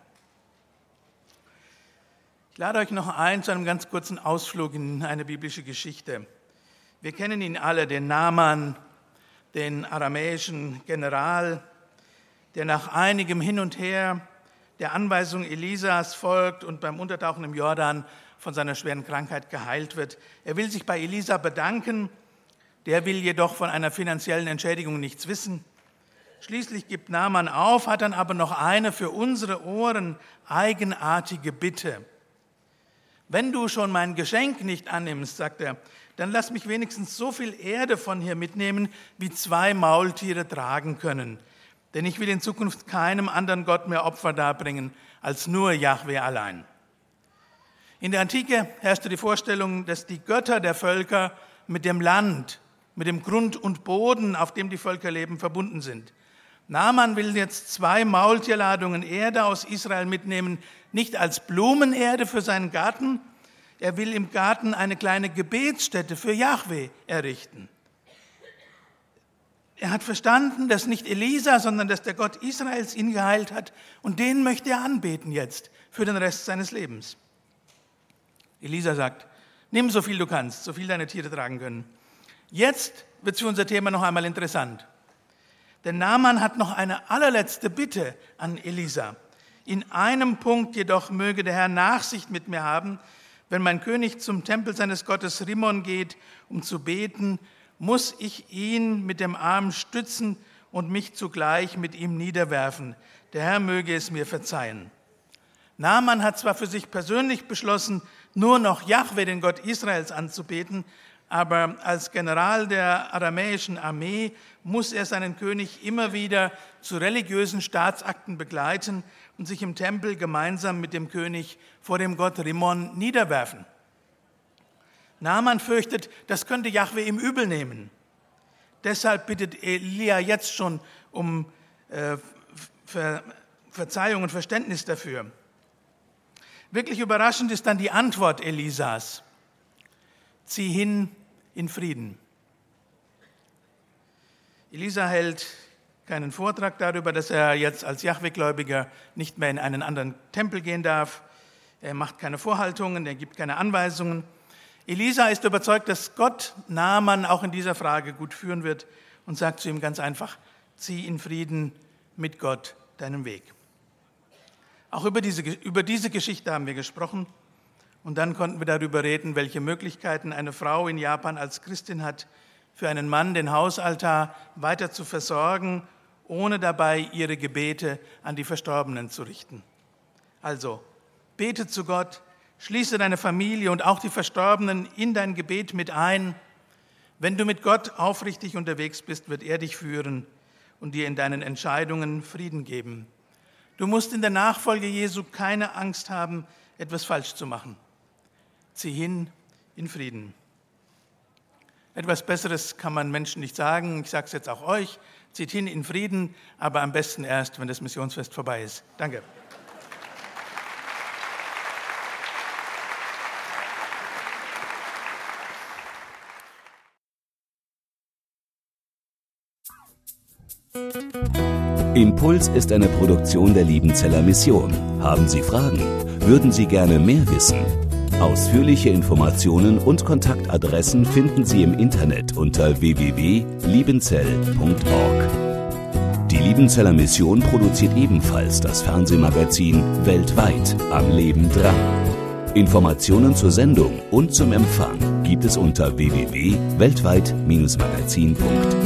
Ich lade euch noch ein zu einem ganz kurzen Ausflug in eine biblische Geschichte. Wir kennen ihn alle, den Naaman, den aramäischen General, der nach einigem Hin und Her der Anweisung Elisas folgt und beim Untertauchen im Jordan von seiner schweren Krankheit geheilt wird. Er will sich bei Elisa bedanken, der will jedoch von einer finanziellen Entschädigung nichts wissen. Schließlich gibt Naaman auf, hat dann aber noch eine für unsere Ohren eigenartige Bitte. Wenn du schon mein Geschenk nicht annimmst, sagt er, dann lass mich wenigstens so viel Erde von hier mitnehmen, wie 2 Maultiere tragen können. Denn ich will in Zukunft keinem anderen Gott mehr Opfer darbringen, als nur Jahwe allein. In der Antike herrschte die Vorstellung, dass die Götter der Völker mit dem Land, mit dem Grund und Boden, auf dem die Völker leben, verbunden sind. Naaman will jetzt 2 Maultierladungen Erde aus Israel mitnehmen, nicht als Blumenerde für seinen Garten, er will im Garten eine kleine Gebetsstätte für Jahwe errichten. Er hat verstanden, dass nicht Elisa, sondern dass der Gott Israels ihn geheilt hat und den möchte er anbeten jetzt für den Rest seines Lebens. Elisa sagt, nimm so viel du kannst, so viel deine Tiere tragen können. Jetzt wird für unser Thema noch einmal interessant. Denn Naaman hat noch eine allerletzte Bitte an Elisa. In einem Punkt jedoch möge der Herr Nachsicht mit mir haben, wenn mein König zum Tempel seines Gottes Rimmon geht, um zu beten, muss ich ihn mit dem Arm stützen und mich zugleich mit ihm niederwerfen. Der Herr möge es mir verzeihen. Naaman hat zwar für sich persönlich beschlossen, nur noch Jahwe, den Gott Israels, anzubeten, aber als General der aramäischen Armee muss er seinen König immer wieder zu religiösen Staatsakten begleiten und sich im Tempel gemeinsam mit dem König vor dem Gott Rimmon niederwerfen. Naaman fürchtet, das könnte Jahwe ihm übel nehmen. Deshalb bittet Elia jetzt schon um Verzeihung und Verständnis dafür. Wirklich überraschend ist dann die Antwort Elisas. Zieh hin in Frieden. Elisa hält keinen Vortrag darüber, dass er jetzt als Jahwe-Gläubiger nicht mehr in einen anderen Tempel gehen darf. Er macht keine Vorhaltungen, er gibt keine Anweisungen. Elisa ist überzeugt, dass Gott Naaman auch in dieser Frage gut führen wird und sagt zu ihm ganz einfach, zieh in Frieden mit Gott deinen Weg. Auch über diese Geschichte haben wir gesprochen und dann konnten wir darüber reden, welche Möglichkeiten eine Frau in Japan als Christin hat, für einen Mann den Hausaltar weiter zu versorgen, ohne dabei ihre Gebete an die Verstorbenen zu richten. Also, bete zu Gott, schließe deine Familie und auch die Verstorbenen in dein Gebet mit ein. Wenn du mit Gott aufrichtig unterwegs bist, wird er dich führen und dir in deinen Entscheidungen Frieden geben. Du musst in der Nachfolge Jesu keine Angst haben, etwas falsch zu machen. Zieh hin in Frieden. Etwas Besseres kann man Menschen nicht sagen. Ich sage es jetzt auch euch. Zieht hin in Frieden, aber am besten erst, wenn das Missionsfest vorbei ist. Danke. Impuls ist eine Produktion der Liebenzeller Mission. Haben Sie Fragen? Würden Sie gerne mehr wissen? Ausführliche Informationen und Kontaktadressen finden Sie im Internet unter www.liebenzell.org. Die Liebenzeller Mission produziert ebenfalls das Fernsehmagazin Weltweit am Leben dran. Informationen zur Sendung und zum Empfang gibt es unter www.weltweit-magazin.de.